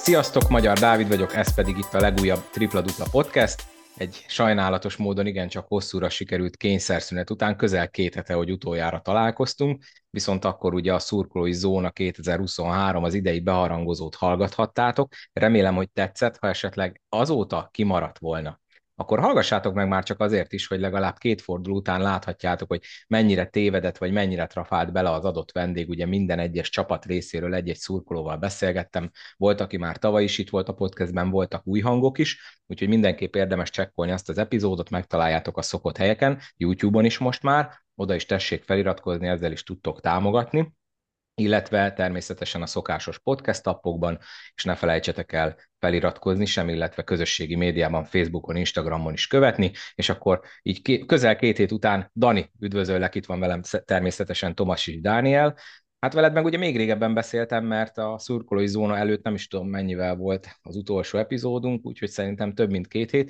Sziasztok, Magyar Dávid vagyok, ez pedig itt a legújabb Tripla Dupla Podcast. Egy sajnálatos módon igencsak hosszúra sikerült kényszerszünet után, közel 2 hete, hogy utoljára találkoztunk, viszont akkor ugye a Szurkolói Zóna 2023 az idei beharangozót hallgathattátok. Remélem, hogy tetszett, ha esetleg azóta kimaradt volna, akkor hallgassátok meg már csak azért is, hogy legalább 2 forduló után láthatjátok, hogy mennyire tévedett, vagy mennyire trafált bele az adott vendég. Ugye minden egyes csapat részéről egy-egy szurkolóval beszélgettem, volt, aki már tavaly is itt volt a podcastben, voltak új hangok is, úgyhogy mindenképp érdemes csekkolni azt az epizódot, megtaláljátok a szokott helyeken, YouTube-on is most már, oda is tessék feliratkozni, ezzel is tudtok támogatni, illetve természetesen a szokásos podcast appokban, és ne felejtsetek el feliratkozni sem, illetve közösségi médiában, Facebookon, Instagramon is követni, és akkor így közel 2 hét után, Dani, üdvözöllek, itt van velem természetesen Tomasics Dániel. Hát veled meg ugye még régebben beszéltem, mert a szurkolói zóna előtt nem is tudom mennyivel volt az utolsó epizódunk, úgyhogy szerintem több mint 2 hét.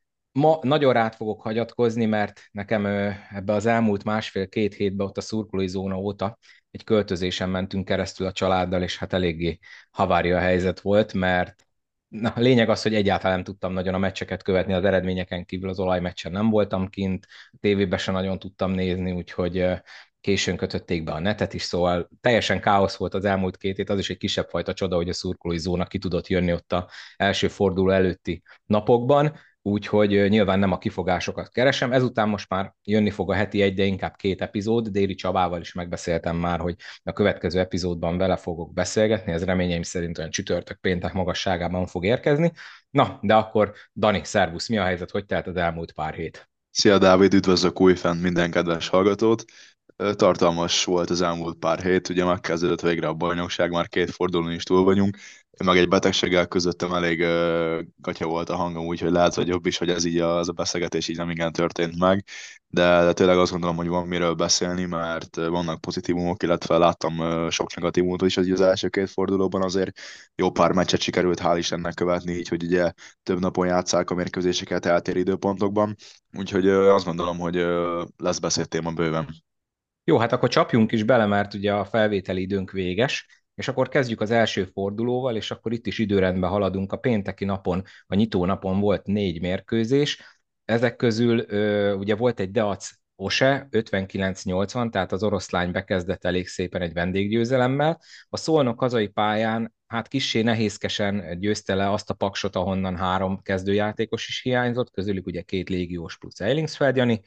Ma nagyon rád fogok hagyatkozni, mert nekem ebbe az elmúlt másfél-két hétben ott a szurkolói zóna óta egy költözésen mentünk keresztül a családdal, és hát eléggé havária helyzet volt, mert a lényeg az, hogy egyáltalán nem tudtam nagyon a meccseket követni, az eredményeken kívül az olajmeccsen nem voltam kint, a tévében sem nagyon tudtam nézni, úgyhogy későn kötötték be a netet is, szóval teljesen káosz volt az elmúlt 2 hét, az is egy kisebb fajta csoda, hogy a szurkolói zóna ki tudott jönni ott a első forduló előtti napokban, úgyhogy nyilván nem a kifogásokat keresem. Ezután most már jönni fog a heti egy, de inkább 2 epizód. Déri Csabával is megbeszéltem már, hogy a következő epizódban vele fogok beszélgetni, ez reményeim szerint olyan csütörtök, péntek magasságában fog érkezni. Na, de akkor Dani, szervusz, mi a helyzet, hogy telt az elmúlt pár hét? Szia Dávid, üdvözlök újfent minden kedves hallgatót! Tartalmas volt az elmúlt pár hét, ugye megkezdődött végre a bajnokság, már 2 fordulón is túl vagyunk. Én meg egy betegséggel közöttem elég gatya volt a hangom, úgyhogy lehet, hogy jobb is, hogy ez így az a beszélgetés így nem igen történt meg, de tényleg azt gondolom, hogy van miről beszélni, mert vannak pozitívumok, illetve láttam sok negatívumot is az első 2 fordulóban, azért jó pár meccset sikerült hál' Istennek követni, így hogy ugye több napon játsszák a mérkőzéseket eltér időpontokban, úgyhogy azt gondolom, hogy lesz beszédtéma bőven. Jó, hát akkor csapjunk is bele, mert ugye a felvételi időnk véges, és akkor kezdjük az első fordulóval, és akkor itt is időrendben haladunk. A pénteki napon, a nyitó napon volt 4 mérkőzés, ezek közül ugye volt egy Deac Ose 59-80, tehát az oroszlány bekezdett elég szépen egy vendéggyőzelemmel. A Szolnok hazai pályán hát kissé nehézkesen győzte le azt a Paksot, ahonnan 3 kezdőjátékos is hiányzott, közülük ugye 2 légiós plusz Eilingsfeld Jani.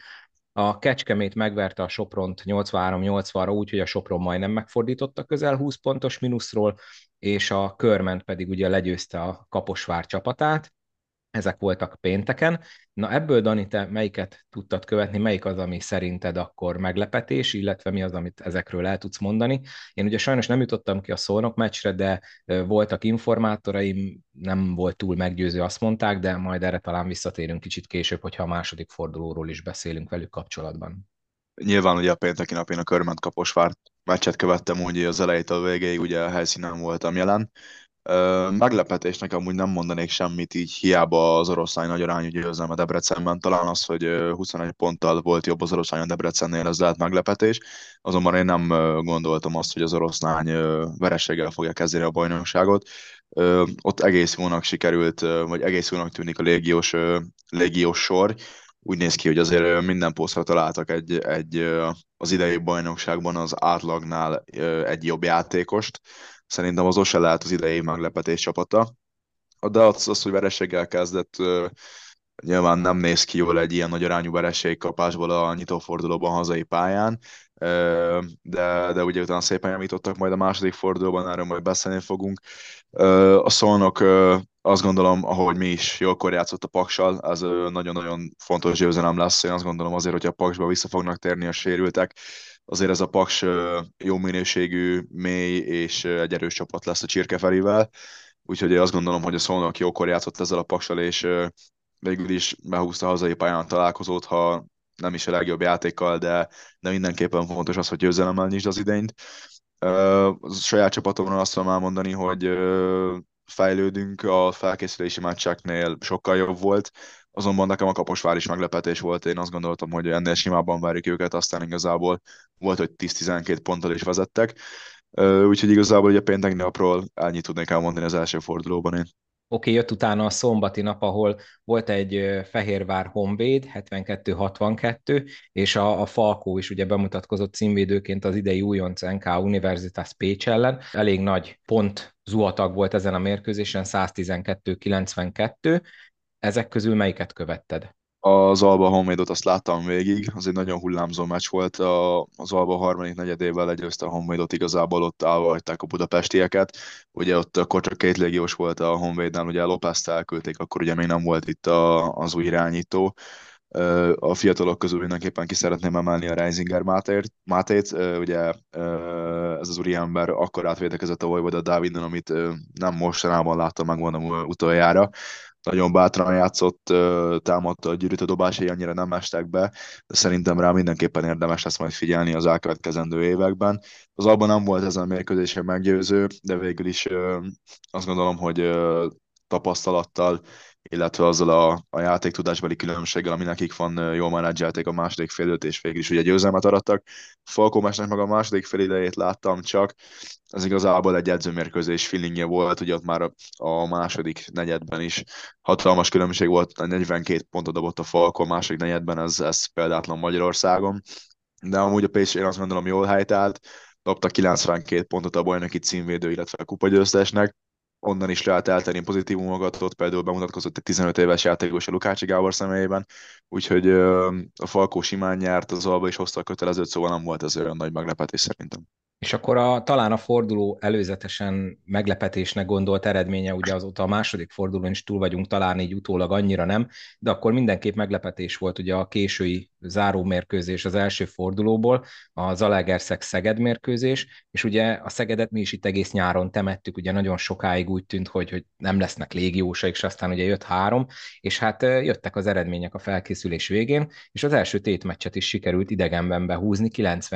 A Kecskemét megverte a Sopront 83-80-ra, úgyhogy a Sopron majdnem megfordította közel 20 pontos mínuszról, és a Körment pedig ugye legyőzte a Kaposvár csapatát. Ezek voltak pénteken. Na ebből, Dani, te melyiket tudtad követni, melyik az, ami szerinted akkor meglepetés, illetve mi az, amit ezekről el tudsz mondani? Én ugye sajnos nem jutottam ki a Szolnok meccsre, de voltak informátoraim, nem volt túl meggyőző, azt mondták, de majd erre talán visszatérünk kicsit később, hogyha a második fordulóról is beszélünk velük kapcsolatban. Nyilván ugye a pénteki nap én a Körment Kaposvárt meccset követtem úgy az elejétől a végéig, ugye a helyszínen voltam jelen. Meglepetésnek amúgy nem mondanék semmit, így hiába az oroszlány nagy arányú győzelme Debrecenben. Talán az, hogy 21 ponttal volt jobb az oroszlány a Debrecennél, az lehet meglepetés. Azonban én nem gondoltam azt, hogy az oroszlány vereséggel fogja kezdeni a bajnokságot. Ott egész jónak sikerült, vagy egész jónak tűnik a légiós sor. Úgy néz ki, hogy azért minden posztra találtak az idei bajnokságban az átlagnál egy jobb játékost. Szerintem az se lehet az idei meglepetés csapata. De az, hogy vereséggel kezdett, nyilván nem néz ki jól egy ilyen nagy arányú vereségkapásból a nyitófordulóban hazai pályán, de ugye utána szépen javítottak majd a második fordulóban, erről majd beszélni fogunk. A Szolnok azt gondolom, ahogy mi is jólkor játszott a Paksal, ez nagyon-nagyon fontos győzelem lesz. Én azt gondolom azért, hogy a Paksba vissza fognak térni a sérültek, azért ez a Paks jó minőségű, mély és egy erős csapat lesz a Csirkeferivel. Úgyhogy én azt gondolom, hogy a Szolnok jókor játszott ezzel a Paksal, és végül is behúzta a hazai pályán a találkozót, ha nem is a legjobb játékkal, de mindenképpen fontos az, hogy győzelemmel nyisd az idényt. A saját csapatomról azt tudom elmondani, hogy fejlődünk, a felkészülési meccseknél sokkal jobb volt, azonban nekem a Kaposvár is meglepetés volt, én azt gondoltam, hogy ennél simában várjuk őket, aztán igazából volt, hogy 10-12 ponttal is vezettek. Úgyhogy igazából ugye péntek napról ennyit tudnék elmondani az első fordulóban én. Oké, jött utána a szombati nap, ahol volt egy Fehérvár Honvéd 72-62, és a Falkó is ugye bemutatkozott címvédőként az idei újonc NK Universitas Pécs ellen. Elég nagy pont zuhatag volt ezen a mérkőzésen, 112-92. Ezek közül melyiket követted? Az Alba Honvédot azt láttam végig, az egy nagyon hullámzó meccs volt. Az Alba harmadik negyedével legyőzte a Honvédot, igazából ott állva hagyták a budapestieket. Ugye ott akkor csak két légiós volt a Honvédnál, ugye Lopázt elküldték, akkor ugye még nem volt itt az új irányító. A fiatalok közül mindenképpen ki szeretném emelni a Reisinger Mátét, ugye ez az úriember akkor átvédekezett a Vojvoda Dávidon, amit nem mostanában láttam, megmondom utoljára. Nagyon bátran játszott, támadta a gyűrűt, a dobásai annyira nem estek be, de szerintem rá mindenképpen érdemes lesz majd figyelni az elkövetkezendő években. Az abban nem volt ezen a mérkőzésen meggyőző, de végül is azt gondolom, hogy tapasztalattal, illetve azzal a játéktudásbeli különbséggel, ami nekik van, jól menedzselték a második fél időt, és végül is ugye győzelmet arattak. Falkó meccsnek meg a második fél idejét láttam csak, ez igazából egy edzőmérkőzés feelingje volt, ugye ott már a második negyedben is hatalmas különbség volt, 42 pontot dobott a Falkó a második negyedben, ez példátlan Magyarországon, de amúgy a Pécs én azt gondolom jól helytált, dobta 92 pontot a bajnoki címvédő, illetve a kupagyőztesnek, onnan is lehet eltenni pozitívumokat, ott például bemutatkozott egy 15 éves játékos a Lukácsi Gábor személyében, úgyhogy a Falkó simán nyert, az Alba is hozta a kötelezőt, szóval nem volt ez olyan nagy meglepetés szerintem. És akkor talán a forduló előzetesen meglepetésnek gondolt eredménye, ugye azóta a második fordulón is túl vagyunk, talán így utólag annyira nem, de akkor mindenképp meglepetés volt ugye a késői zárómérkőzés az első fordulóból, a Zalaegerszeg-Szeged mérkőzés, és ugye a Szegedet mi is itt egész nyáron temettük, ugye nagyon sokáig úgy tűnt, hogy nem lesznek légiósaik, és aztán ugye jött három, és hát jöttek az eredmények a felkészülés végén, és az első tétmeccset is sikerült idegenben behúzni,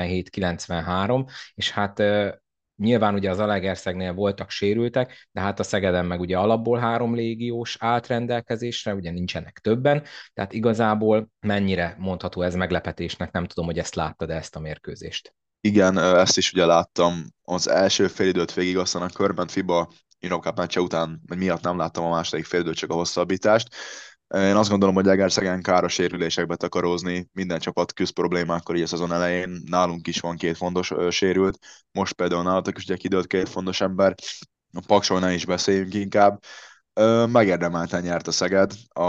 97-93, és hát nyilván ugye az Zalaegerszegnél voltak sérültek, de hát a Szegeden meg ugye alapból három légiós állt rendelkezésre, ugye nincsenek többen, tehát igazából mennyire mondható ez meglepetésnek, nem tudom, hogy ezt láttad ezt a mérkőzést. Igen, ezt is ugye láttam az első félidőt végig, aztán a körben FIBA Eurocup meccse után vagy miatt nem láttam a második félidőt, csak a hosszabbítást. Én azt gondolom, hogy Egerszegen kár a sérülésekbe takarózni, minden csapat küzd problémákkal így a szezon elején, nálunk is van két fontos sérült, most például nálatok is ugye kidőlt két fontos ember, a Paksról ne is beszéljünk inkább. Megérdemelten nyert a Szeged,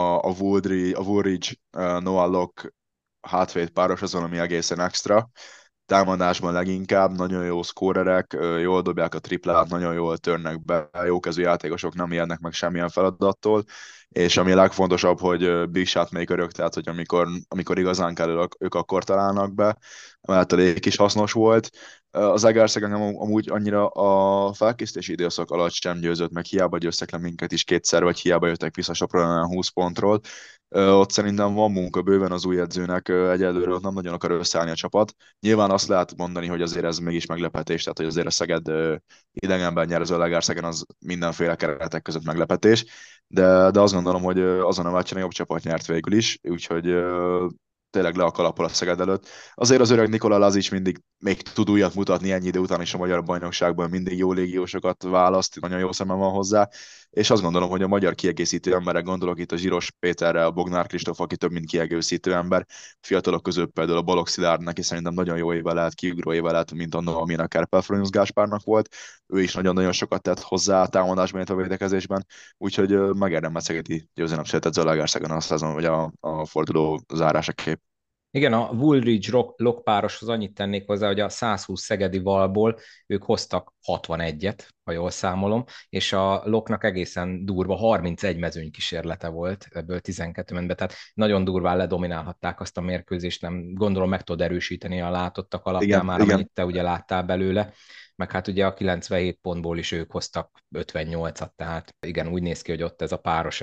a Woolridge, Noah Locke hátvéd páros az valami egészen extra, támadásban leginkább, nagyon jó szkórerek, jól dobják a triplát, nagyon jól törnek be, jókezű játékosok nem ijednek meg semmilyen feladattól, és ami a legfontosabb, hogy big shot makerök, tehát hogy amikor igazán kell, ők akkor találnak be, mert a lég is hasznos volt. Az Egerszegen amúgy annyira a felkészítési időszak alatt sem győzött meg, hiába győztek le minket is kétszer, vagy hiába jöttek vissza Sopron 20 pontról. Ott szerintem van munka bőven az új edzőnek, egyelőre ott nem nagyon akar összeállni a csapat. Nyilván azt lehet mondani, hogy azért ez mégis meglepetés, tehát hogy azért a Szeged idegenben nyer az Zalaegerszegen, az mindenféle keretek között meglepetés, de azt gondolom, hogy azon a meccsen a jobb csapat nyert végül is, úgyhogy tényleg le a kalappal a Szeged előtt. Azért az öreg Nikola Lazic mindig még tud újat mutatni ennyi idő után is a magyar bajnokságban, mindig jó légiósokat választ, nagyon jó szemem van hozzá, és azt gondolom, hogy a magyar kiegészítő emberek, gondolok itt a Zsiros Péterre, a Bognár Kristóf, aki több mint kiegészítő ember, fiatalok között például a Balogh Szilárd, neki szerintem nagyon jó éve lehet, kiugró éve lehet, mint annak, amilyen a Kerpel Franyusz Gáspárnak volt. Ő is nagyon-nagyon sokat tett hozzá a támadásban, illetve a védekezésben, úgyhogy megérdemelt szegedi győzelem született Zalaegerszegen a szezon, vagy a forduló zárásaképp. Igen, a Woolridge Lock pároshoz annyit tennék hozzá, hogy a 120 szegedi valból ők hoztak 61-et, ha jól számolom, és a Locknak egészen durva 31 mezőnykísérlete volt, ebből 12 ment be, tehát nagyon durván ledominálhatták azt a mérkőzést, nem gondolom meg tudod erősíteni a látottak alapján Igen, már, igen. amennyit te ugye láttál belőle, meg hát ugye a 97 pontból is ők hoztak 58-at, tehát igen, úgy néz ki, hogy ott ez a páros,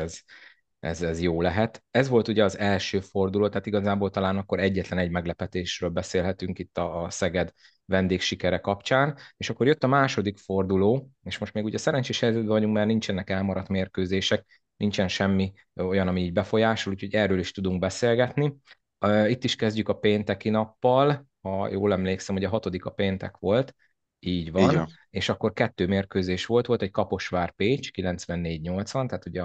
ez jó lehet. Ez volt ugye az első forduló, tehát igazából talán akkor egyetlen egy meglepetésről beszélhetünk itt a Szeged vendégsikere kapcsán, és akkor jött a második forduló, és most még ugye szerencsés helyzetben vagyunk, mert nincsenek elmaradt mérkőzések, nincsen semmi olyan, ami így befolyásol, úgyhogy erről is tudunk beszélgetni. Itt is kezdjük a pénteki nappal, ha jól emlékszem, hogy a hatodik a péntek volt, így Így van, van. és akkor kettő mérkőzés volt egy Kaposvár-Pécs 94-80, tehát ugye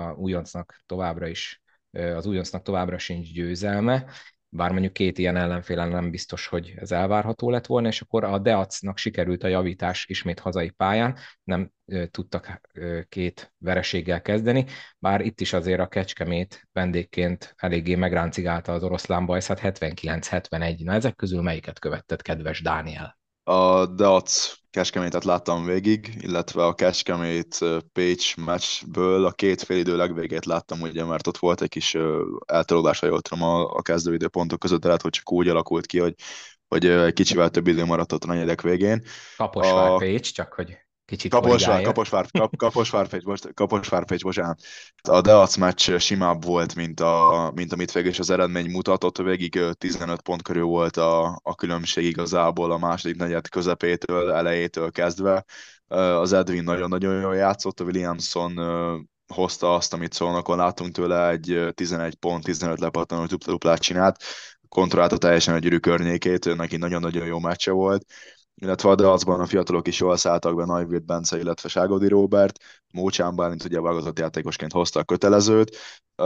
az újoncnak továbbra sincs győzelme, bár mondjuk két ilyen ellenfélen nem biztos, hogy ez elvárható lett volna, és akkor a Deacnak sikerült a javítás ismét hazai pályán, nem tudtak két vereséggel kezdeni, bár itt is azért a Kecskemét vendégként eléggé megráncigálta az oroszlán bajszát, 79-71. Na ezek közül melyiket követted, kedves Dániel? A Deac Kecskemétet láttam végig, illetve a Kecskemét Pécs meccsből a két félidő legvégét láttam, ugye, mert ott volt egy kis eltolódás, ha jól tudom, a kezdőidőpontok között, de lehet, hogy csak úgy alakult ki, hogy egy kicsivel több idő maradt ott a negyedek végén. A Kaposvár-Pécs, csak hogy kicsit korrigáljak. Kaposvár-Pécs, bocsánat. A Deac meccs simább volt, mint amit végül is az eredmény mutatott. Végig 15 pont körül volt a különbség igazából a második negyed közepétől, elejétől kezdve. Az Edwin nagyon-nagyon jól játszott, a Williamson hozta azt, amit Szolnokon láttunk tőle, egy 11 pont, 15 lepattanó duplát csinált, kontrollálta teljesen a gyűrű környékét, neki nagyon-nagyon jó meccse volt, illetve a Dalcban a fiatalok is jól szálltak be, Neuwirth Bence, illetve Ságodi Róbert, Mócsán Bálint ugye válogatott játékosként hozta a kötelezőt.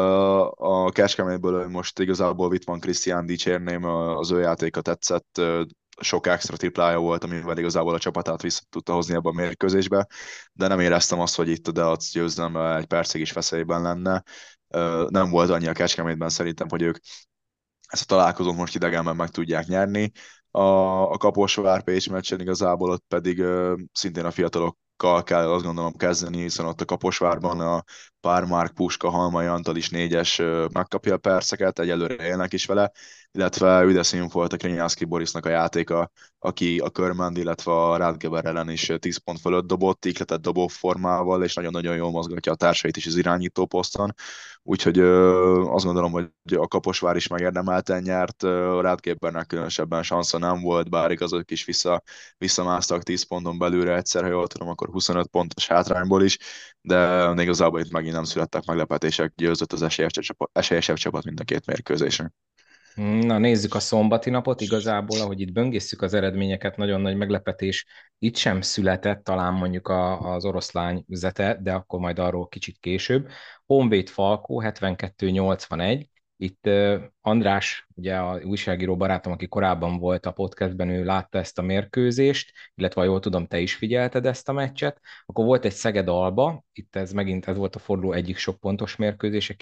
A Kecskemétből most igazából Wittmann Krisztián dicsérném, az ő játéka tetszett, sok extra triplája volt, amivel igazából a csapatát vissza tudta hozni ebbe a mérkőzésbe, de nem éreztem azt, hogy itt a Deac győzelme egy percig is veszélyben lenne. Nem volt annyi a Kecskemétben szerintem, hogy ők ezt a találkozót most idegenben meg tudják nyerni. A Kaposvár-Pécs meccsen igazából ott pedig szintén a fiatalokkal kell azt gondolom kezdeni, hiszen ott a Kaposvárban a Pármárk, Puska, Halmai Antal is négyes megkapja a perceket, egyelőre élnek is vele, illetve üdeszín volt a Krinyászki Borisnak a játéka, aki a Körmend, illetve a Rádgeber ellen is 10 pont fölött dobott, ikletett dobó formával, és nagyon-nagyon jól mozgatja a társait is az irányító poszton. Úgyhogy azt gondolom, hogy a Kaposvár is megérdemelten nyert, a Rádgébernek különösebben sansza nem volt, bár igaz, ők is visszamásztak 10 ponton belőle egyszer, ha jól tudom, akkor 25 pontos hátrányból is, de igazából itt megint nem születtek meglepetések, győzött az esélyesebb csapat mind a két mérkőzésen. Na nézzük a szombati napot, igazából, ahogy itt böngészük az eredményeket, nagyon nagy meglepetés itt sem született, talán mondjuk az oroszlány üzete, de akkor majd arról kicsit később. Honvéd Falkó 72-81, itt András, ugye a újságíró barátom, aki korábban volt a podcastben, ő látta ezt a mérkőzést, illetve ha jól tudom, te is figyelted ezt a meccset. Akkor volt egy Szeged-Alba, itt ez volt a forduló egyik sok pontos mérkőzése,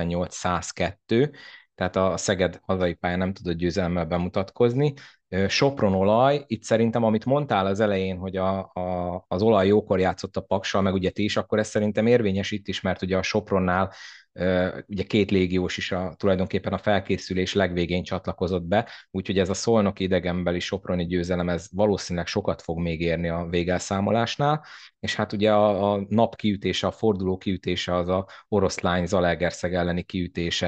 98-102, tehát a Szeged hazai pályán nem tudott győzelemmel bemutatkozni. Sopron olaj, itt szerintem, amit mondtál az elején, hogy az olaj jókor játszott a Paksal, meg ugye ti is, akkor ez szerintem érvényes itt is, mert ugye a Sopronnál ugye két légiós is tulajdonképpen a felkészülés legvégén csatlakozott be, úgyhogy ez a szolnoki idegenbeli soproni győzelem, ez valószínűleg sokat fog még érni a végelszámolásnál, és hát ugye a nap kiütése, a forduló kiütése az a oroszlány Zalaegerszeg elleni kiütése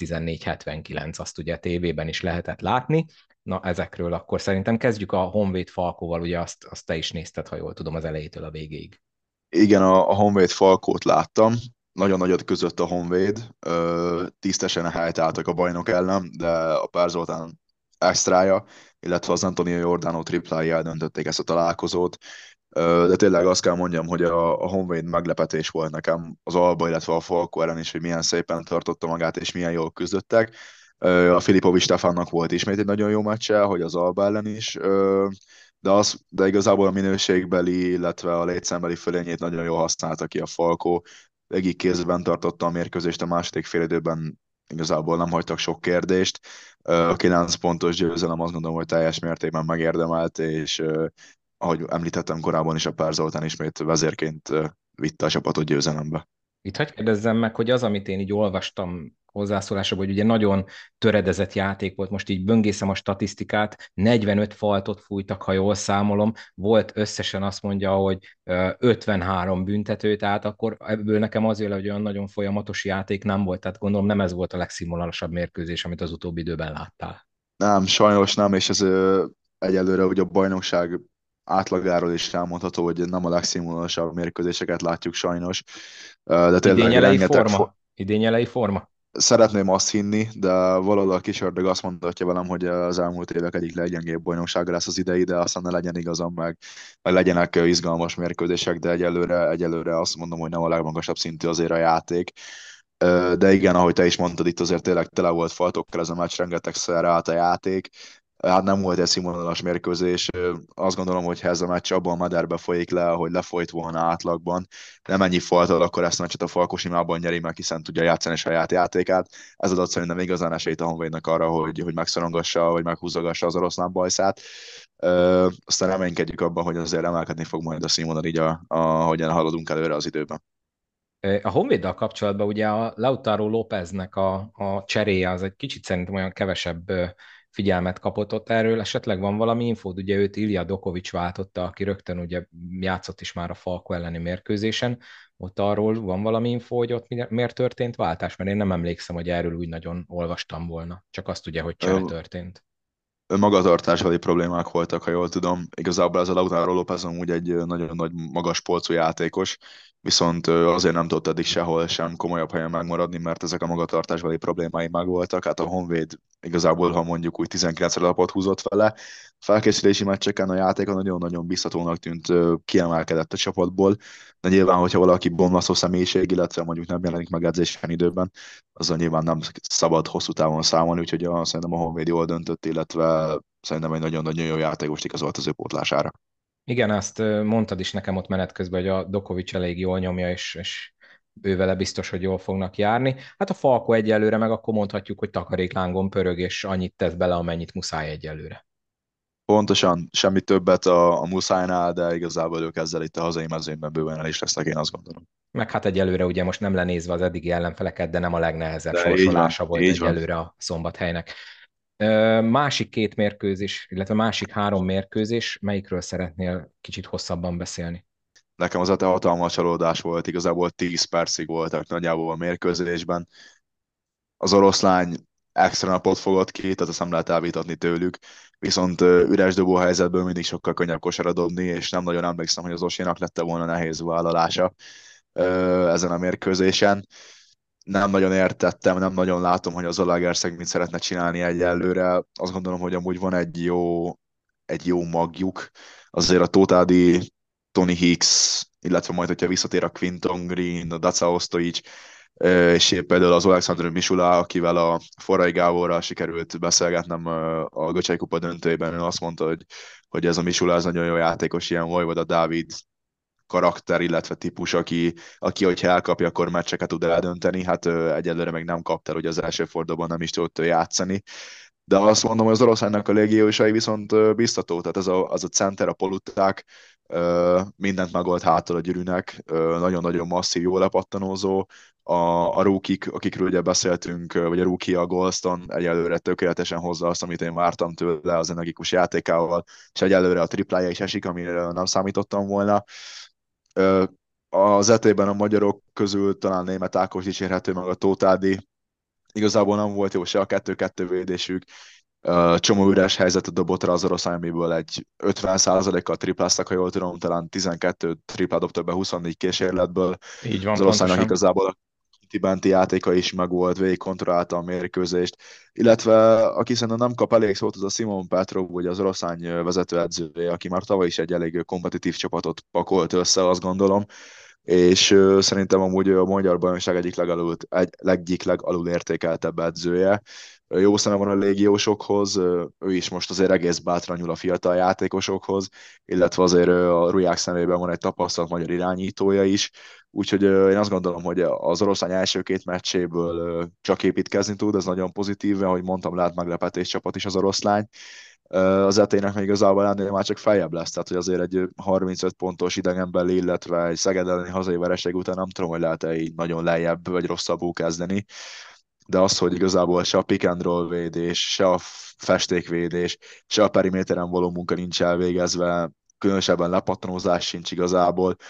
114-79, azt ugye tévében is lehetett látni. Na ezekről akkor szerintem kezdjük a Honvéd Falkóval, ugye azt te is nézted, ha jól tudom, az elejétől a végéig. Igen, a Honvéd Falkót láttam, nagyon nagyot között a Honvéd, tisztesen helytáltak a bajnok ellen, de a Pár Zoltán extrája, illetve az Antonio Giordano triplái eldöntötték ezt a találkozót, de tényleg azt kell mondjam, hogy a Honvéd meglepetés volt nekem az Alba, illetve a Falkó ellen is, hogy milyen szépen tartotta magát, és milyen jól küzdöttek. A Filipovics Stefannak volt ismét egy nagyon jó meccse, hogy az Alba ellen is, de igazából a minőségbeli, illetve a létszámbeli fölényét nagyon jól használta ki a Falkó. Végig kézben tartotta a mérkőzést, a második félidőben igazából nem hagytak sok kérdést. A 9 pontos győzelem azt gondolom, hogy teljes mértékben megérdemelt, és ahogy említettem korábban is, a Pár Zoltán ismét vezérként vitte a csapatot győzelembe. Itt hagyj kérdezzem meg, hogy az, amit én így olvastam hozzászólásokban, hogy ugye nagyon töredezett játék volt, most így böngészem a statisztikát, 45 faltot fújtak, ha jól számolom, volt összesen azt mondja, hogy 53 büntető, tehát akkor ebből nekem az jön, hogy olyan nagyon folyamatos játék nem volt, tehát gondolom nem ez volt a legszínvonalasabb mérkőzés, amit az utóbbi időben láttál. Nem, sajnos nem, és ez egyelőre ugye a bajnokság átlagáról is elmondható, hogy nem a legszínvonalasabb mérkőzéseket látjuk sajnos, de tényleg Idényelei rengeteg. forma? Idényelei forma? Szeretném azt hinni, de valahol a kis ördög azt mondatja velem, hogy az elmúlt évek egyik leggyengébb bajnoksága lesz az idei, de aztán ne legyen igazam, meg legyenek izgalmas mérkőzések, de egyelőre azt mondom, hogy nem a legmagasabb szintű azért a játék. De igen, ahogy te is mondtad, itt azért tényleg tele volt faltokkal ez a meccs, rengetegszer állt a játék. Hát nem volt egy színvonalas mérkőzés. Azt gondolom, hogy ha ez a meccs abban a mederbe folyik le, ahogy lefolyt volna átlagban, nem ennyi faltal, akkor ezt a meccset a Falkos imában nyeri meg, hiszen tudja játszani a saját játékát. Ez adott szerintem igazán esélyt a Honvédnak arra, hogy megszorongassa, vagy meghúzogassa az oroszlán bajszát. Aztán reménykedjük abban, hogy azért emelkedni fog majd a színvonal így, ahogyan haladunk előre az időben. A Honvéddal kapcsolatban ugye a Lautaro Lópeznek a cseréje az egy kicsit szerintem olyan kevesebb figyelmet kapott ott erről. Esetleg van valami infód, ugye őt Ilya Dokovics váltotta, aki rögtön ugye játszott is már a Falko elleni mérkőzésen. Ott arról van valami info, hogy ott miért történt váltás? Mert én nem emlékszem, hogy erről úgy nagyon olvastam volna. Csak azt ugye, hogy csere történt. Magatartásbeli problémák voltak, ha jól tudom. Igazából ez a Lautaro López amúgy egy nagyon nagy magas polcú játékos, viszont azért nem tudott eddig sehol sem komolyabb helyen megmaradni, mert ezek a magatartásbeli problémái megvoltak. Hát a Honvéd igazából, ha mondjuk úgy 19-re lapot húzott vele, felkészülési meccseken a játéka nagyon-nagyon biztatónak tűnt, kiemelkedett a csapatból, de nyilván, hogyha valaki bomlasztó személyiség, illetve mondjuk nem jelenik meg edzésen időben, azzal nyilván nem szabad hosszú távon számolni, úgyhogy szerintem a Honvéd jól döntött, illetve szerintem egy nagyon-nagyon jó játékost igazolt az ő pótlására. Igen, azt mondtad is nekem ott menet közben, hogy a Dokovics elég jól nyomja, és ő vele biztos, hogy jól fognak járni. Hát a Falko egyelőre meg akkor mondhatjuk, hogy takaréklángon pörög, és annyit tesz bele, amennyit muszáj egyelőre. Pontosan, semmi többet a Muszájnál, de igazából ők ezzel itt a hazai mezőnyben bőven el is lesznek, én azt gondolom. Meg hát egyelőre ugye most nem lenézve az eddigi ellenfeleket, de nem a legnehezebb De így van, sorsolása volt így van. egyelőre a Szombathelynek. Másik két mérkőzés, illetve másik három mérkőzés, melyikről szeretnél kicsit hosszabban beszélni? Nekem az a hatalmas csalódás volt, igazából 10 percig voltak nagyjából a mérkőzésben. Az oroszlány extra napot fogott ki, tehát azt nem lehet elvitatni tőlük, viszont üres dobó helyzetből mindig sokkal könnyebb kosara dobni, és nem nagyon emlékszem, hogy az Osénak lett volna nehéz vállalása ezen a mérkőzésen. Nem nagyon értettem, nem nagyon látom, hogy az Zalaegerszeg mit szeretne csinálni egyelőre. Azt gondolom, hogy amúgy van egy jó magjuk. Azért a Tótádi, Tony Hicks, illetve majd, hogyha visszatér a Quinton Green, a Daca Ostojic, és épp például az Alexander Misula, akivel a Forrai Gáborral sikerült beszélgetnem a Göcsei Kupa döntőjében, ő azt mondta, hogy ez a Misula ez nagyon jó játékos, ilyen Vojvoda Dávid karakter, illetve típus, aki hogyha elkapja, akkor meccseket tud eldönteni. Hát egyelőre meg nem kapta el, hogy az első fordulóban nem is tudott játszani. De azt mondom, hogy az oroszlánnak a légiósai viszont biztató, tehát az a center, a poluták, mindent megold hátul a gyűrűnek, nagyon-nagyon masszív, jó lepattanózó, a rúkik, akikről ugye beszéltünk, vagy a rookie, a Golston egyelőre tökéletesen hozza azt, amit én vártam tőle az energikus játékával, és egyelőre a triplája is esik, amire nem számítottam volna. Az etében a magyarok közül talán német Ákos dicsérhető, meg a Tótádi. Igazából nem volt jó se a 2-2 védésük, csomó üres helyzetet dobott rá az oroszlán, amiből egy 50%-kal tripláztak, ha jól tudom, talán 12 triplát dobtak be 24 kísérletből. Így Az van, oroszlánnak pontosan. igazából a benti játéka is megvolt, végig kontrollálta a mérkőzést, illetve aki szerintem nem kap elég szót, az a Simon Petrov, ugye az oroszlány vezetőedzője, aki már tavaly is egy elég kompetitív csapatot pakolt össze, azt gondolom, és szerintem amúgy a magyar bajnokság egyik legalul értékeltebb edzője. Jó szeme van a légiósokhoz, ő is most azért egész bátran nyúl a fiatal játékosokhoz, illetve azért a Ruják szemében van egy tapasztalt magyar irányítója is, úgyhogy én azt gondolom, hogy az oroszlány első két meccséből csak építkezni tud, ez nagyon pozitív, ahogy mondtam, lehet meglepetés csapat is az oroszlány. Az etének még igazából ennél már csak feljebb lesz, tehát hogy azért egy 35 pontos idegenbeli, illetve egy Szeged elleni hazai vereség után nem tudom, hogy lehet-e így nagyon lejjebb vagy rosszabbul kezdeni, de az, hogy igazából se a pick and roll védés, se a festékvédés, se a periméteren való munka nincs elvégezve, különösebben lepattanózás sincs igazából,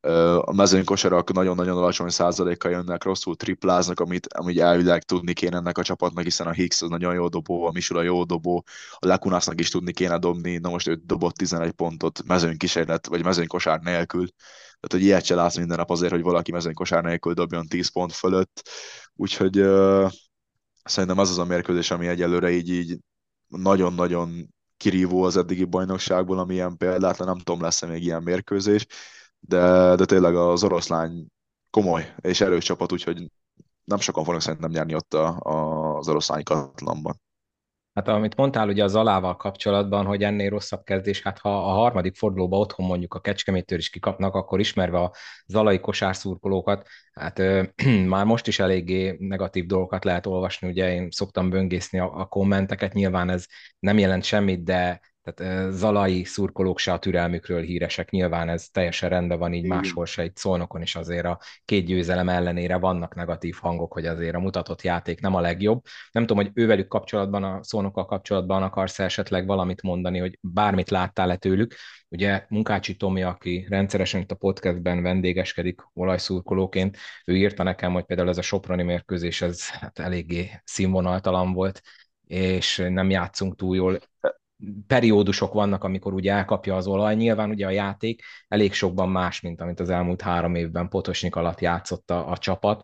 A mezőnykosarak nagyon-nagyon alacsony százalékkal jönnek, rosszul tripláznak, amit elvileg tudni kéne ennek a csapatnak, hiszen a Higgs az nagyon jó dobó, a Misula jó dobó, a Lekunasnak is tudni kéne dobni, na most ő dobott 11 pontot mezőnykísérlet, vagy mezőnykosár nélkül. Tehát, hogy ilyet se látsz minden nap azért, hogy valaki mezőnykosár nélkül dobjon 10 pont fölött. Úgyhogy szerintem az az a mérkőzés, ami egyelőre így nagyon-nagyon kirívó az eddigi bajnokságból, ami ilyen példátlan, nem tudom, lesz-e még ilyen mérkőzés, de tényleg az oroszlány komoly és erős csapat, úgyhogy nem sokan fognak szerintem nyerni ott az oroszlányi katlanban. Hát amit mondtál ugye az Zalával kapcsolatban, hogy ennél rosszabb kezdés, hát ha a harmadik fordulóba otthon mondjuk a Kecskeméttől is kikapnak, akkor ismerve a zalai kosárszurkolókat, hát már most is eléggé negatív dolgokat lehet olvasni, ugye én szoktam böngészni a kommenteket, nyilván ez nem jelent semmit, de tehát zalai szurkolók se a türelmükről híresek, nyilván ez teljesen rendben van így Igen. máshol se, itt Szolnokon is azért a két győzelem ellenére vannak negatív hangok, hogy azért a mutatott játék nem a legjobb. Nem tudom, hogy ővelük kapcsolatban, a Szónokkal kapcsolatban akarsz esetleg valamit mondani, hogy bármit láttál-e tőlük. Ugye Munkácsi Tomi, aki rendszeresen itt a podcastben vendégeskedik olajszurkolóként, ő írta nekem, hogy például ez a soproni mérkőzés, ez hát eléggé színvonaltalan volt, és nem játszunk túl jól. Periódusok vannak, amikor ugye elkapja az olaj. Nyilván ugye a játék elég sokban más, mint amit az elmúlt 3 évben Potosnyik alatt játszott a csapat,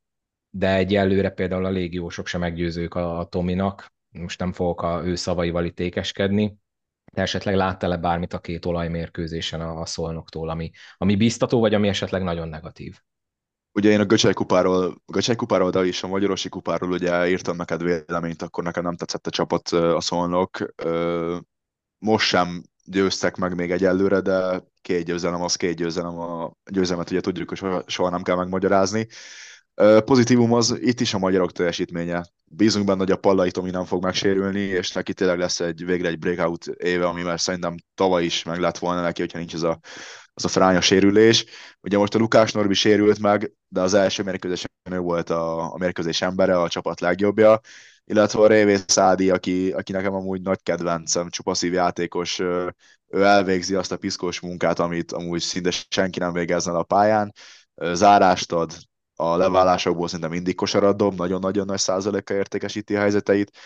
de egyelőre például a légiósok sem meggyőzők a Tominak. Most nem fogok ő szavaival itt ékeskedni. Te esetleg láttál-e bármit a két olajmérkőzésen a Szolnoktól, ami biztató, vagy ami esetleg nagyon negatív? Ugye én a Göcsej kupáról, de is a Magyarosi kupáról ugye írtam neked véleményt, akkor nekem nem tetszett a csapat, a Szolnok. Most sem győztek meg még egyelőre, de két győzelem az két győzelem. A győzelmet ugye tudjuk, hogy soha nem kell megmagyarázni. Pozitívum az itt is a magyarok teljesítménye. Bízunk benne, hogy a Pallai Tomi nem fog megsérülni, és neki tényleg lesz végre egy breakout éve, ami már szerintem tavaly is meg lett volna neki, hogyha nincs az a fránya sérülés. Ugye most a Lukás Norbi sérült meg, de az első mérkőzésen ő volt a mérkőzés embere, a csapat legjobbja, illetve a Révész Ádi, aki nekem amúgy nagy kedvencem, csupaszív játékos, ő elvégzi azt a piszkos munkát, amit amúgy szinte senki nem végezne el a pályán. Zárást ad, a leválásokból szinte mindig kosarat dob, nagyon-nagyon nagy százalékkal értékesíti a helyzeteit.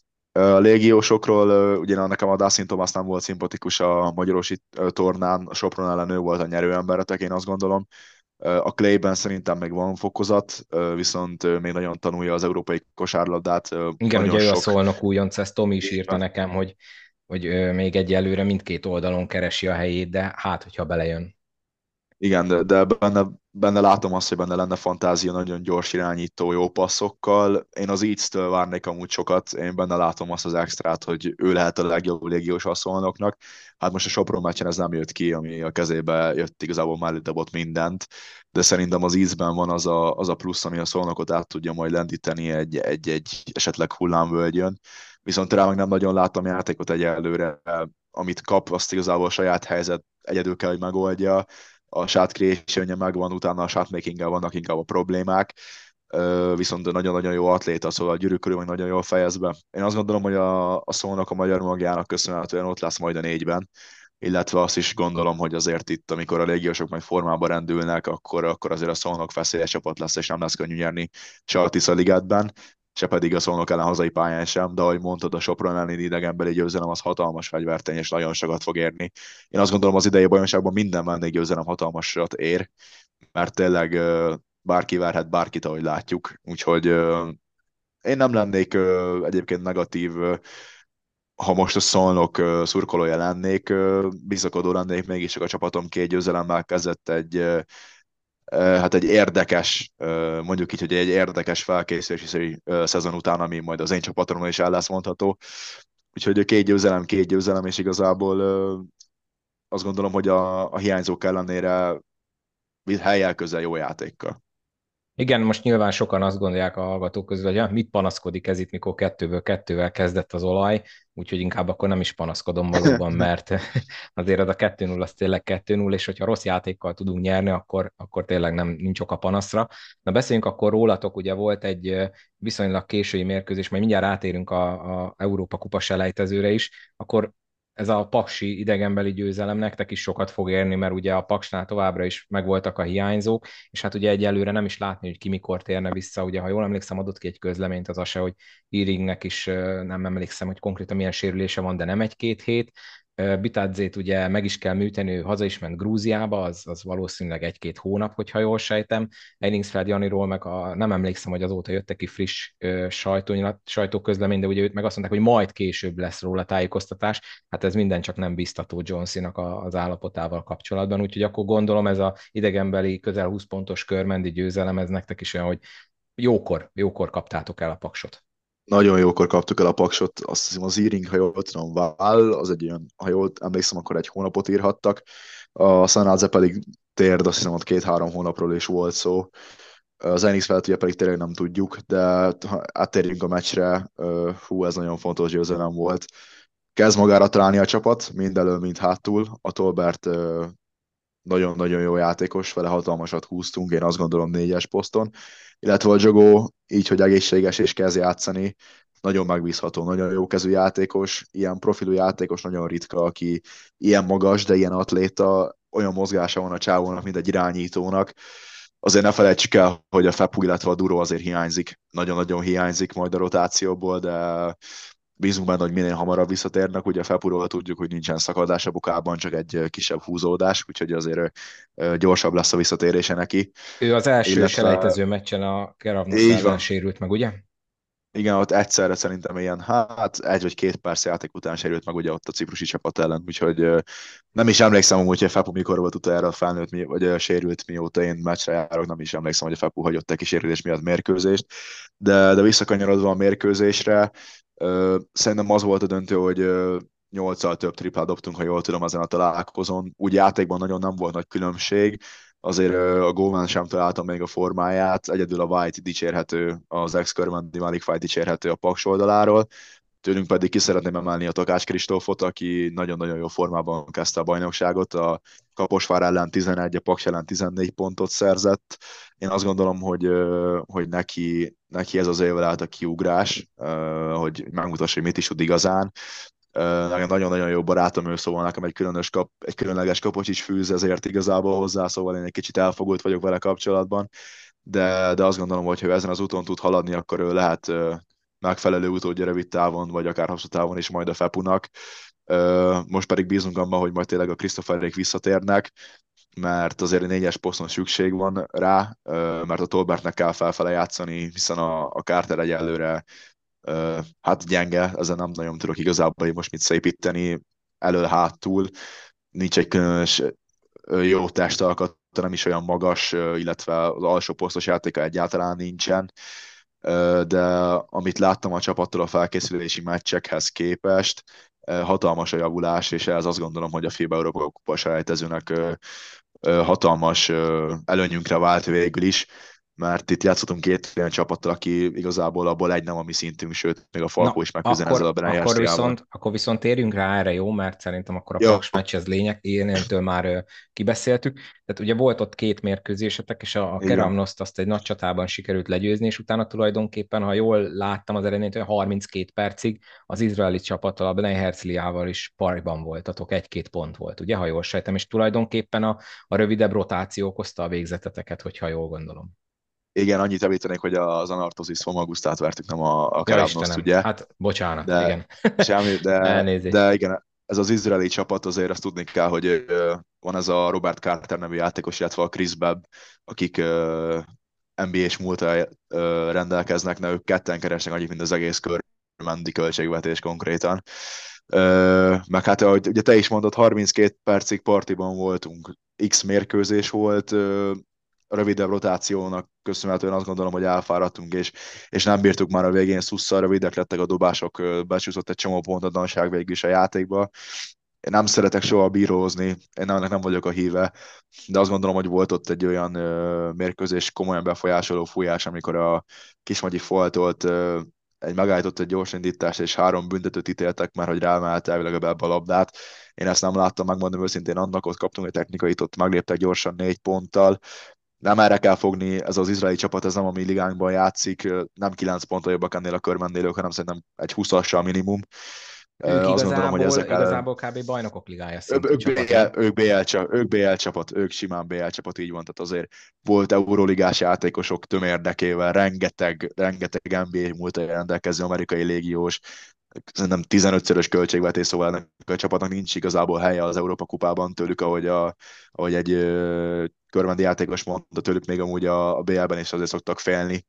A légiósokról, ugye nekem a Dustin Thomas nem volt szimpatikus a magyarosi tornán, a Sopron ellen ő volt a nyerőemberetek, én azt gondolom. A Clayben szerintem még van fokozat, viszont még nagyon tanulja az európai kosárlabdát, Igen, nagyon ugye ő a sok. Szolnok újonc, ezt Tomi is Így írta van. nekem, hogy még egyelőre mindkét oldalon keresi a helyét, de hát, hogyha belejön. Igen, de benne látom azt, hogy benne lenne fantázia, nagyon gyors irányító, jó passzokkal. Én az Eats-től várnék amúgy sokat, én benne látom azt az extrát, hogy ő lehet a legjobb légiós asszolnoknak. Hát most a Sopron meccsen ez nem jött ki, ami a kezébe jött, igazából már dobott mindent, de szerintem az Eats-ben van az a plusz, ami a szolnokot át tudja majd lendíteni egy esetleg hullámvölgyön. Viszont rá meg nem nagyon láttam játékot egyelőre, amit kap, azt igazából a saját helyzet egyedül kell, hogy megoldja, a shot creation megvan, utána a shotmaking-gel vannak inkább a problémák, viszont nagyon-nagyon jó atléta, szóval a Gyűrűk körül meg nagyon jól fejez be. Én azt gondolom, hogy a Szónak a magyar magjának köszönhetően ott lesz majd a négyben, illetve azt is gondolom, hogy azért itt, amikor a légiósok majd formába rendülnek, akkor azért a Szolnok feszélyes csapat lesz, és nem lesz könnyű nyerni se a Tisza Ligetben, se pedig a Szolnok ellen hazai pályán sem, de ahogy mondtad, a Sopron elleni idegenbeli győzelem az hatalmas fegyvertény, és nagyon sokat fog érni. Én azt gondolom, az idei bajnokságban minden vendéggyőzelem hatalmasat ér, mert tényleg bárki verhet bárkit, ahogy látjuk. Úgyhogy én nem lennék egyébként negatív, ha most a Szolnok szurkolója lennék, bizakodó lennék, mégiscsak a csapatom két győzelemmel kezdett hát egy érdekes, mondjuk így, hogy egy érdekes felkészülési szezon után, ami majd az én csapatomon is el lesz mondható. Úgyhogy két győzelem, és igazából azt gondolom, hogy a hiányzók ellenére helyel közel jó játékkal. Igen, most nyilván sokan azt gondolják a hallgatók közül, hogy mit panaszkodik ez itt, mikor 2-2-vel kezdett az olaj, úgyhogy inkább akkor nem is panaszkodom valóban, mert azért az a 2-0 az tényleg 2-0, és hogyha rossz játékkal tudunk nyerni, akkor tényleg nincs ok a panaszra. Na beszéljünk akkor rólatok, ugye volt egy viszonylag késői mérkőzés, majd mindjárt átérünk a Európa Kupa selejtezőre is, akkor ez a paksi idegenbeli győzelem nektek is sokat fog érni, mert ugye a Paksnál továbbra is megvoltak a hiányzók, és hát ugye egyelőre nem is látni, hogy ki mikor térne vissza. Ugye, ha jól emlékszem, adott ki egy közleményt az ASE, hogy Iringnek is nem emlékszem, hogy konkrétan milyen sérülése van, de nem egy-két hét. Bitadzét ugye meg is kell műteni, ő haza is ment Grúziába, az valószínűleg egy-két hónap, hogyha jól sejtem. Ellingsfeld Janiról meg nem emlékszem, hogy azóta jöttek ki friss sajtóközlemény, de ugye őt meg azt mondták, hogy majd később lesz róla tájékoztatás. Hát ez minden csak nem biztató Johnson-nak az állapotával kapcsolatban, úgyhogy akkor gondolom ez a idegenbeli közel 20 pontos körmendi győzelem, ez nektek is olyan, hogy jókor kaptátok el a Paksot. Nagyon jókor kaptuk el a Paksot, azt hiszem az Íring, ha jól tudom, váll, az egy olyan, ha jól emlékszem, akkor egy hónapot írhattak, a Sanadze pedig térd, azt hiszem ott 2-3 hónapról is volt szó. Az Enix ugye pedig tényleg nem tudjuk, de ha áttérjünk a meccsre, hú, ez nagyon fontos győzelem volt. Kezd magára találni a csapat, mind elől, mind hátul. A Tolbert nagyon-nagyon jó játékos, vele hatalmasat húztunk, én azt gondolom 4-es poszton, illetve a Jogó így, hogy egészséges és kezd játszani, nagyon megbízható, nagyon jó kezű játékos, ilyen profilú játékos nagyon ritka, aki ilyen magas, de ilyen atléta, olyan mozgása van a csávónak, mint egy irányítónak. Azért ne felejtsük el, hogy a Fepu, illetve a Duro azért hiányzik, nagyon-nagyon hiányzik majd a rotációból, de bízunk benne, hogy minél hamarabb visszatérnek. Ugye a Fepuról tudjuk, hogy nincsen szakadás a bukában, csak egy kisebb húzódás, úgyhogy azért gyorsabb lesz a visszatérése neki. Ő az első Illetve selejtező meccsen a Keravnos így ellen van. sérült meg, ugye? Igen, ott egyszerre szerintem ilyen, hát 1 vagy 2 perc játék után sérült meg ugye ott a ciprusi csapat ellen, úgyhogy nem is emlékszem amúgy, hogy a Fepu mikor volt utoljára felnőtt, vagy sérült, mióta én meccsre járok, nem is emlékszem, hogy a Fepu hagyott neki sérülés miatt mérkőzést, de visszakanyarodva a mérkőzésre, szerintem az volt a döntő, hogy 8-al több triplát dobtunk, ha jól tudom, ezen a találkozón. Úgy játékban nagyon nem volt nagy különbség, azért a Gómán sem találta még a formáját, egyedül a White dicsérhető, az ex-körmendi Malik White dicsérhető a Paks oldaláról, tőlünk pedig ki szeretném emelni a Takács Kristófot, aki nagyon-nagyon jó formában kezdte a bajnokságot, a Kaposvár ellen 11, a Paks ellen 14 pontot szerzett. Én azt gondolom, hogy neki ez az éve lehet a kiugrás, hogy megmutassa, hogy mit is tud igazán. Nekem nagyon-nagyon jó barátom ő, szóval nekem egy különleges Kapocsics fűz, ezért igazából hozzá, szóval én egy kicsit elfogult vagyok vele kapcsolatban, de azt gondolom, hogy ha ezen az úton tud haladni, akkor ő lehet megfelelő utódja rövid távon, vagy akár hosszú távon is majd a Fepunak. Most pedig bízunk abban, hogy majd tényleg a Christopherék visszatérnek, mert azért egy 4-es poszton szükség van rá, mert a Tolbertnek kell felfele játszani, hiszen a Carter egyelőre hát gyenge, ezen nem nagyon tudok igazából most mit szépíteni, elől-hátul, nincs egy különös jó testalkat, nem is olyan magas, illetve az alsó posztos játéka egyáltalán nincsen, de amit láttam a csapattól a felkészülési meccsekhez képest, hatalmas a javulás, és ez azt gondolom, hogy a FIBA Európa Kupa selejtezőnek hatalmas előnyünkre vált végül is, mert itt játszottunk 2 olyan csapattal, aki igazából abból egy nem a mi szintünk, sőt, még a Falkó Na, is megküzden ezzel a Brenyersztiával. akkor viszont térjünk rá erre, jó? Mert szerintem akkor a Jó, Paks meccs ez lényeg, énéntől már kibeszéltük. Tehát ugye volt ott 2 mérkőzésetek, és a így van. Keramnoszt azt egy nagy csatában sikerült legyőzni, és utána tulajdonképpen, ha jól láttam az eredményt, olyan 32 percig az izraeli csapattal, a Bnei Herzliával is pariban voltatok, 1-2 pont volt, ugye, ha jól sejtem, és tulajdonképpen a rövidebb rotáció okozta a végzeteteket, hogyha jól gondolom. Igen, annyit említenék, hogy az Anartosis Fomagusztát vertük, nem a Ja, Keravnoszt, Istenem, ugye? hát bocsánat, De igen. semmi, de Elnézést. igen, ez az izraeli csapat, azért azt tudni kell, hogy van ez a Robert Carter nevű játékos, illetve a Chris Webb, akik NBA-s múltra rendelkeznek, ők ketten keresnek annyit, mint az egész körmendi költségvetés konkrétan. Meg hát, ahogy ugye te is mondod, 32 percig partiban voltunk, X mérkőzés volt, a rövidebb rotációnak köszönhetően azt gondolom, hogy elfáradtunk, és nem bírtuk már a végén szusszal, rövidek lettek a dobások, becsúszott egy csomó pontatlanság végül is a játékba. Én nem szeretek soha bírózni, én ennek nem vagyok a híve, de azt gondolom, hogy volt ott egy olyan mérkőzés komolyan befolyásoló fújás, amikor a Kismagyi faltolt egy megállított egy gyors indítást, és 3 büntetőt ítéltek már, hogy ráemelte elvileg ebbe a labdát. Én ezt nem láttam, megmondom őszintén annak, ott kaptunk egy technikait, ott megléptek gyorsan 4 ponttal, nem erre kell fogni, ez az izraeli csapat, ez nem a mi ligánkban játszik, nem 9 ponttal jobbak ennél a körmennélők, hanem szerintem egy 20-assal minimum. Ők Azt gondolom, hogy igazából, ezek ellen igazából kb. Bajnokok ligája szintű csapat, BL, nem? ők BL csapat, ők simán BL csapat, így van, tehát azért volt euróligás játékosok tömérdekével, rengeteg NBA múltra rendelkező amerikai légiós, szerintem 15-szörös költségvetés, szóval ennek a csapatnak nincs igazából helye az Európa kupában tőlük, ahogy egy körmendi játékos mondta, tőlük még amúgy a BL-ben is azért szoktak félni,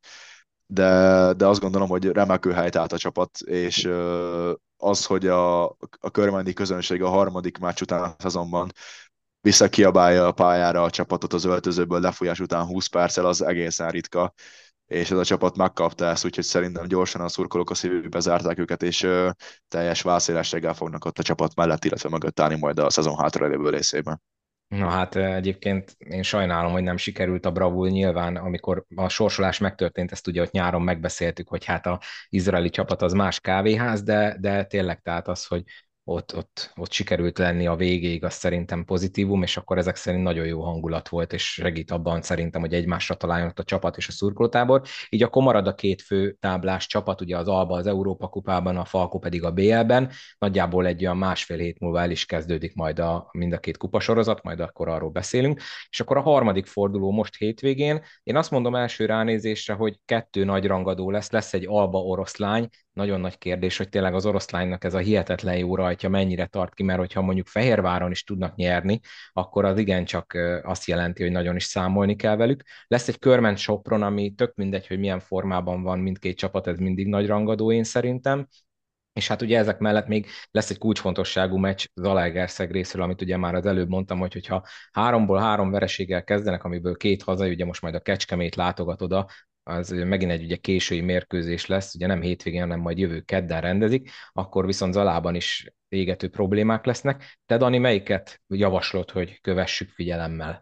de azt gondolom, hogy remekül helyt állt a csapat, és az, hogy a körmendi közönség a harmadik meccs után a szezonban visszakiabálja a pályára a csapatot az öltözőből lefújás után 20 perccel, az egészen ritka, és ez a csapat megkapta ezt, úgyhogy szerintem gyorsan a szurkolók a szívükbe zárták őket, és teljes válszélességgel fognak ott a csapat mellett, illetve mögött állni majd a szezon hátralévő részében. Na hát egyébként én sajnálom, hogy nem sikerült a bravúr nyilván, amikor a sorsolás megtörtént, ezt ugye ott nyáron megbeszéltük, hogy hát a izraeli csapat az más kávéház, de tényleg tehát az, hogy ott sikerült lenni a végéig, az szerintem pozitívum, és akkor ezek szerint nagyon jó hangulat volt, és segít abban szerintem, hogy egymásra találjon ott a csapat és a szurkolótábor. Így akkor marad a két fő táblás csapat, ugye az Alba az Európa kupában, a Falko pedig a BL-ben, nagyjából egy olyan másfél hét múlva el is kezdődik majd mind a két kupasorozat, majd akkor arról beszélünk. És akkor a harmadik forduló most hétvégén. Én azt mondom első ránézésre, hogy kettő nagy rangadó lesz egy Alba oroszlány, nagyon nagy kérdés, hogy tényleg az oroszlánynak ez a hihetetlen jó rajtja mennyire tart ki, mert hogyha mondjuk Fehérváron is tudnak nyerni, akkor az igencsak azt jelenti, hogy nagyon is számolni kell velük. Lesz egy Körment Sopron, ami tök mindegy, hogy milyen formában van mindkét csapat, ez mindig nagy rangadó én szerintem. És hát ugye ezek mellett még lesz egy kulcsfontosságú meccs Zalaegerszeg részről, amit ugye már az előbb mondtam, hogy hogyha 3-3 vereséggel kezdenek, amiből 2 hazai, ugye most majd a Kecskemét látogat oda, az megint egy ugye késői mérkőzés lesz, ugye nem hétvégén, hanem majd jövő kedden rendezik, akkor viszont Zalában is égető problémák lesznek. Te, Dani, melyiket javaslod, hogy kövessük figyelemmel?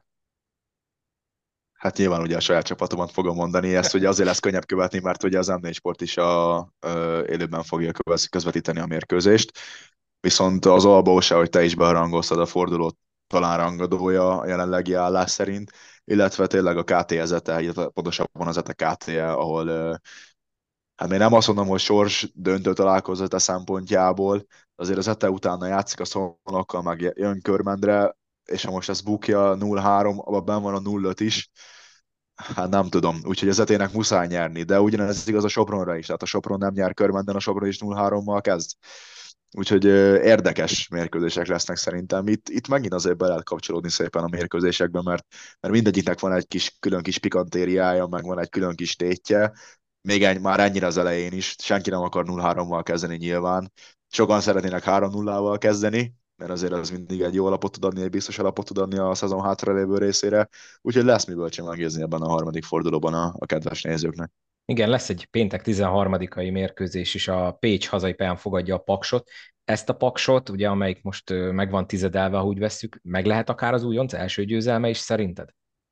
Hát nyilván ugye a saját csapatomat fogom mondani, ezt ugye azért lesz könnyebb követni, mert ugye az M4 Sport is élőben fogja közvetíteni a mérkőzést. Viszont az Alba se, hogy te is beharangoztad a fordulót, talán rangadója a jelenlegi állás szerint, illetve tényleg a KT ezete, illetve pontosabban az ETE KT-je, ahol hát még nem azt mondom, hogy sors döntő találkozat a szempontjából, azért az ETE utána játszik a Szonokkal, meg jön Körmendre, és ha most ez bukja 0-3, abban benn van a 0-5 is, hát nem tudom, úgyhogy az etének muszáj nyerni, de ugyanez igaz a Sopronra is, tehát a Sopron nem nyer Körmenden, a Sopron is 0-3-mal kezd. Úgyhogy érdekes mérkőzések lesznek szerintem. Itt megint azért be lehet kapcsolódni szépen a mérkőzésekben, mert mindegyiknek van egy külön kis pikantériája, meg van egy külön kis tétje, még már ennyire az elején is, senki nem akar 0-3-mal kezdeni nyilván. Sokan szeretnének 3-0-val kezdeni, mert azért az mindig egy jó alapot tud adni, egy biztos alapot tud adni a szezon hátralévő részére, úgyhogy lesz miből csimágézni ebben a harmadik fordulóban a kedves nézőknek. Igen, lesz egy péntek 13-ai mérkőzés is, a Pécs hazai pályán fogadja a Paksot. Ezt a Paksot, ugye, amelyik most meg van tizedelve, ha úgy vesszük, meg lehet akár az újonc első győzelme is szerinted?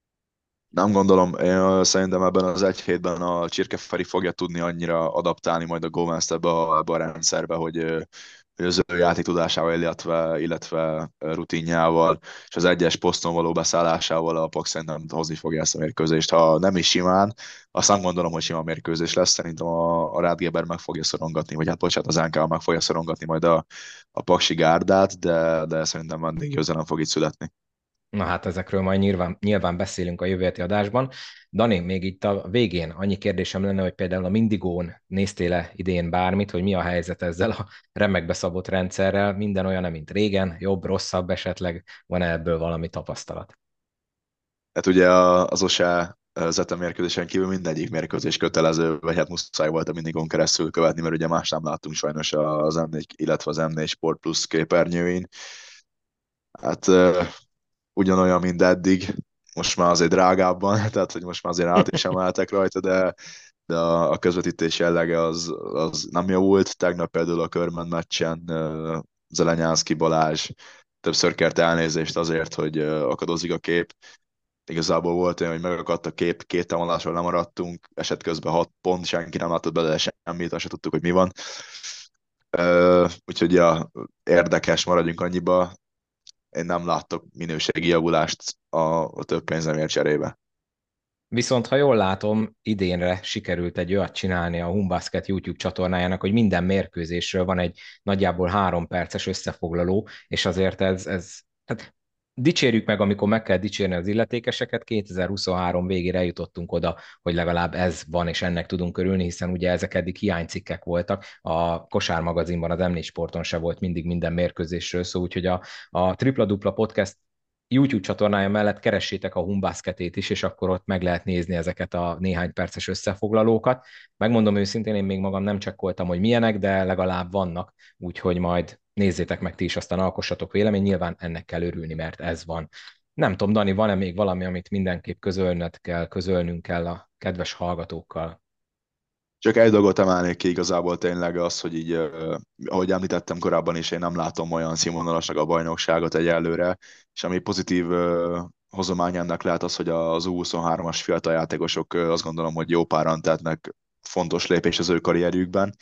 Nem gondolom, én szerintem ebben az egy hétben a Csirkeferi fogja tudni annyira adaptálni majd a Gomez ebbe a rendszerbe, hogy az ő játék tudásával, illetve rutinjával és az egyes poszton való beszállásával a Paks szerintem hozni fogja ezt a mérkőzést. Ha nem is simán, azt nem gondolom, hogy sima mérkőzés lesz, szerintem a Rád Géber meg fogja szorongatni, vagy hát bocsánat, az NK meg fogja szorongatni majd a Paksi gárdát, de szerintem vendéggyőzelem fog itt születni. Na hát ezekről majd nyilván beszélünk a jövő heti adásban. Dani, még itt a végén annyi kérdésem lenne, hogy például a Mindigón néztél-e idén bármit, hogy mi a helyzet ezzel a remekbe szabott rendszerrel, minden olyan, mint régen, jobb, rosszabb esetleg, van-e ebből valami tapasztalat? Hát ugye az OSE Zete mérkőzésen kívül mindegyik mérkőzés kötelező, vagy hát muszáj volt a Minigon keresztül követni, mert ugye más nem láttunk sajnos az M4, illetve az M4 Sport Plus képernyőin. Hát ugyanolyan, mint eddig, most már azért drágábban, tehát hogy most már azért át is emeltek rajta, de a közvetítés jellege az nem javult. Tegnap például a Körmen meccsen Zelenyánszky Balázs többször kért elnézést azért, hogy akadozik a kép. Igazából volt olyan, hogy megakadt a kép, két támadásról lemaradtunk, esett közben 6 pont, senki nem látott belőle semmit, azt se tudtuk, hogy mi van. Úgyhogy érdekes, maradjunk annyiba. Én nem láttok minőségi javulást a több pénzemért cserébe. Viszont ha jól látom, idénre sikerült egy olyat csinálni a Humbasket YouTube csatornájának, hogy minden mérkőzésről van egy nagyjából 3 perces összefoglaló, és azért ez hát dicsérjük meg, amikor meg kell dicsérni az illetékeseket. 2023 végére eljutottunk oda, hogy legalább ez van, és ennek tudunk örülni, hiszen ugye ezek eddig hiánycikkek voltak. A kosármagazinban, az M4 Sporton se volt mindig minden mérkőzésről szó, úgyhogy a Tripla Dupla Podcast YouTube csatornája mellett keressétek a Humbászketét is, és akkor ott meg lehet nézni ezeket a néhány perces összefoglalókat. Megmondom őszintén, én még magam nem csekkoltam, hogy milyenek, de legalább vannak, úgyhogy majd nézzétek meg ti is, aztán alkossatok vélemény, nyilván ennek kell örülni, mert ez van. Nem tudom, Dani, van-e még valami, amit mindenképp közölnünk kell a kedves hallgatókkal? Csak egy dolgot emelnék ki igazából tényleg az, hogy így, ahogy említettem korábban is, én nem látom olyan színvonalasnak a bajnokságot egyelőre, és ami pozitív hozomány ennek lehet az, hogy az U23-as fiatal játékosok azt gondolom, hogy jó páran tettnek fontos lépés az ő karrierjükben.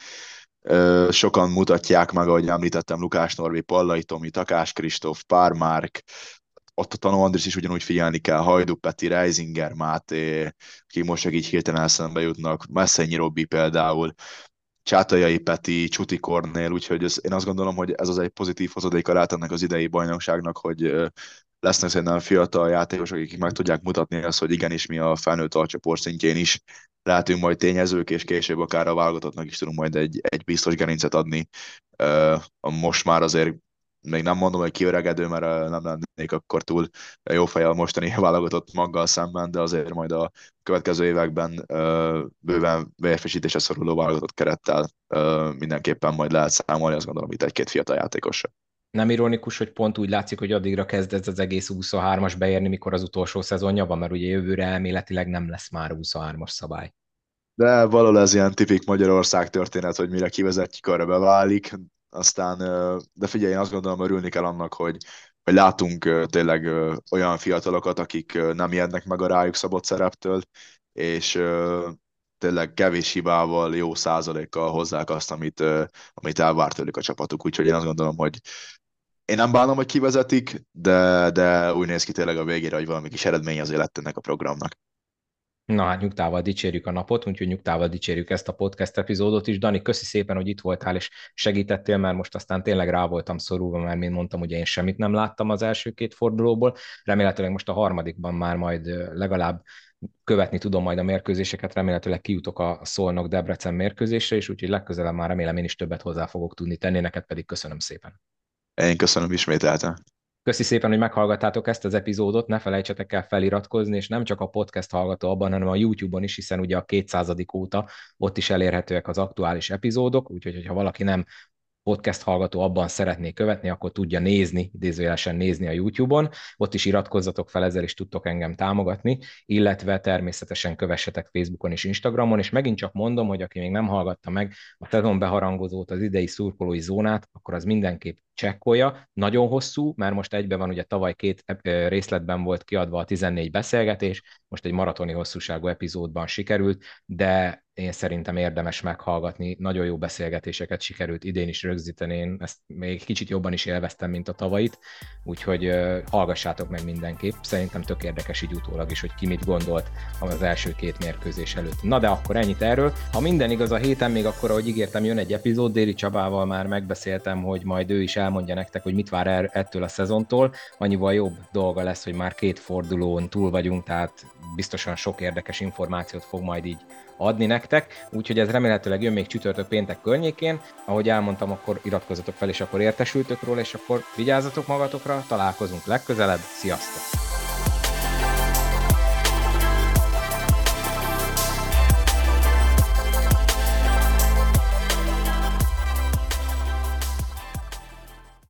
Sokan mutatják meg, ahogy említettem, Lukás Norbi, Pallai Tomi, Takás Kristóf, Pár Márk, ott a Tanó Andris is ugyanúgy figyelni kell, Hajdú Peti, Reisinger Máté, akik most csak így hirtelen eszembe jutnak, Messzenyi Robbi például, Csátajai Peti, Csuti Kornél, úgyhogy én azt gondolom, hogy ez az egy pozitív hozadéka lehet ennek az idei bajnokságnak, hogy lesznek szerintem fiatal játékosok, akik meg tudják mutatni azt, hogy igenis mi a felnőtt alcsoport szintjén is lehetünk majd tényezők, és később akár a válogatottnak is tudunk majd egy biztos gerincet adni. Most már azért még nem mondom, hogy kiöregedő, mert nem lennék akkor túl jó fej a mostani válogatott maggal szemben, de azért majd a következő években bőven vérfrissítésre szoruló válogatott kerettel mindenképpen majd lehet számolni, azt gondolom itt egy-két fiatal játékosra. Nem ironikus, hogy pont úgy látszik, hogy addigra kezd ez az egész 23-as beérni, mikor az utolsó szezonja van, mert ugye jövőre elméletileg nem lesz már 23-as szabály. De valahol ez ilyen tipik Magyarország történet, hogy mire kivezetjük, arra beválik. Aztán, de figyelj, én azt gondolom, örülni kell annak, hogy látunk tényleg olyan fiatalokat, akik nem ijednek meg a rájuk szabott szereptől, és tényleg kevés hibával, jó százalékkal hozzák azt, amit elvárt tőlük a csapatuk. Úgyhogy én azt gondolom, hogy én nem bánom, hogy kivezetik, de úgy néz ki tényleg a végére, hogy valami kis eredmény azért lett ennek a programnak. Na hát nyugtával dicsérjük a napot, úgyhogy nyugtával dicsérjük ezt a podcast epizódot is. Dani, köszi szépen, hogy itt voltál és segítettél, mert most aztán tényleg rá voltam szorulva, mert mint mondtam, ugye én semmit nem láttam az első két fordulóból. Remélhetőleg most a harmadikban már majd legalább követni tudom majd a mérkőzéseket, remélhetőleg kijutok a Szolnok-Debrecen mérkőzésre, és úgyhogy legközelebb már remélem én is többet hozzá fogok tudni tenni, neked pedig köszönöm szépen. Én köszönöm ismételten. Köszi szépen, hogy meghallgattátok ezt az epizódot, ne felejtsetek el feliratkozni, és nem csak a podcast hallgató abban, hanem a YouTube-on is, hiszen ugye a 200. óta ott is elérhetőek az aktuális epizódok, úgyhogy ha valaki nem podcast hallgató abban szeretné követni, akkor tudja nézni, idézőjelesen nézni a YouTube-on, ott is iratkozzatok fel, ezzel is tudtok engem támogatni, illetve természetesen kövessetek Facebookon és Instagramon, és megint csak mondom, hogy aki még nem hallgatta meg a szezon beharangozót, az idei szurkolói zónát, akkor az mindenképp csekkolja. Nagyon hosszú, mert most egyben van, ugye tavaly 2 részletben volt kiadva a 14 beszélgetés, most egy maratoni hosszúságú epizódban sikerült, de én szerintem érdemes meghallgatni. Nagyon jó beszélgetéseket sikerült idén is rögzíteni, én ezt még kicsit jobban is élveztem, mint a tavait, úgyhogy hallgassátok meg mindenképp. Szerintem tök érdekes így utólag is, hogy ki mit gondolt az első 2 mérkőzés előtt. Na de akkor ennyit erről. Ha minden igaz, a héten még akkor, ahogy ígértem, jön egy epizód, Déri Csabával már megbeszéltem, hogy majd ő is elmondja nektek, hogy mit vár ettől a szezontól. Annyival jobb dolga lesz, hogy már 2 fordulón túl vagyunk, tehát biztosan sok érdekes információt fog majd így adni nektek, úgyhogy ez remélhetőleg jön még csütörtök péntek környékén. Ahogy elmondtam, akkor iratkozzatok fel, és akkor értesültök róla, és akkor vigyázzatok magatokra, találkozunk legközelebb, sziasztok!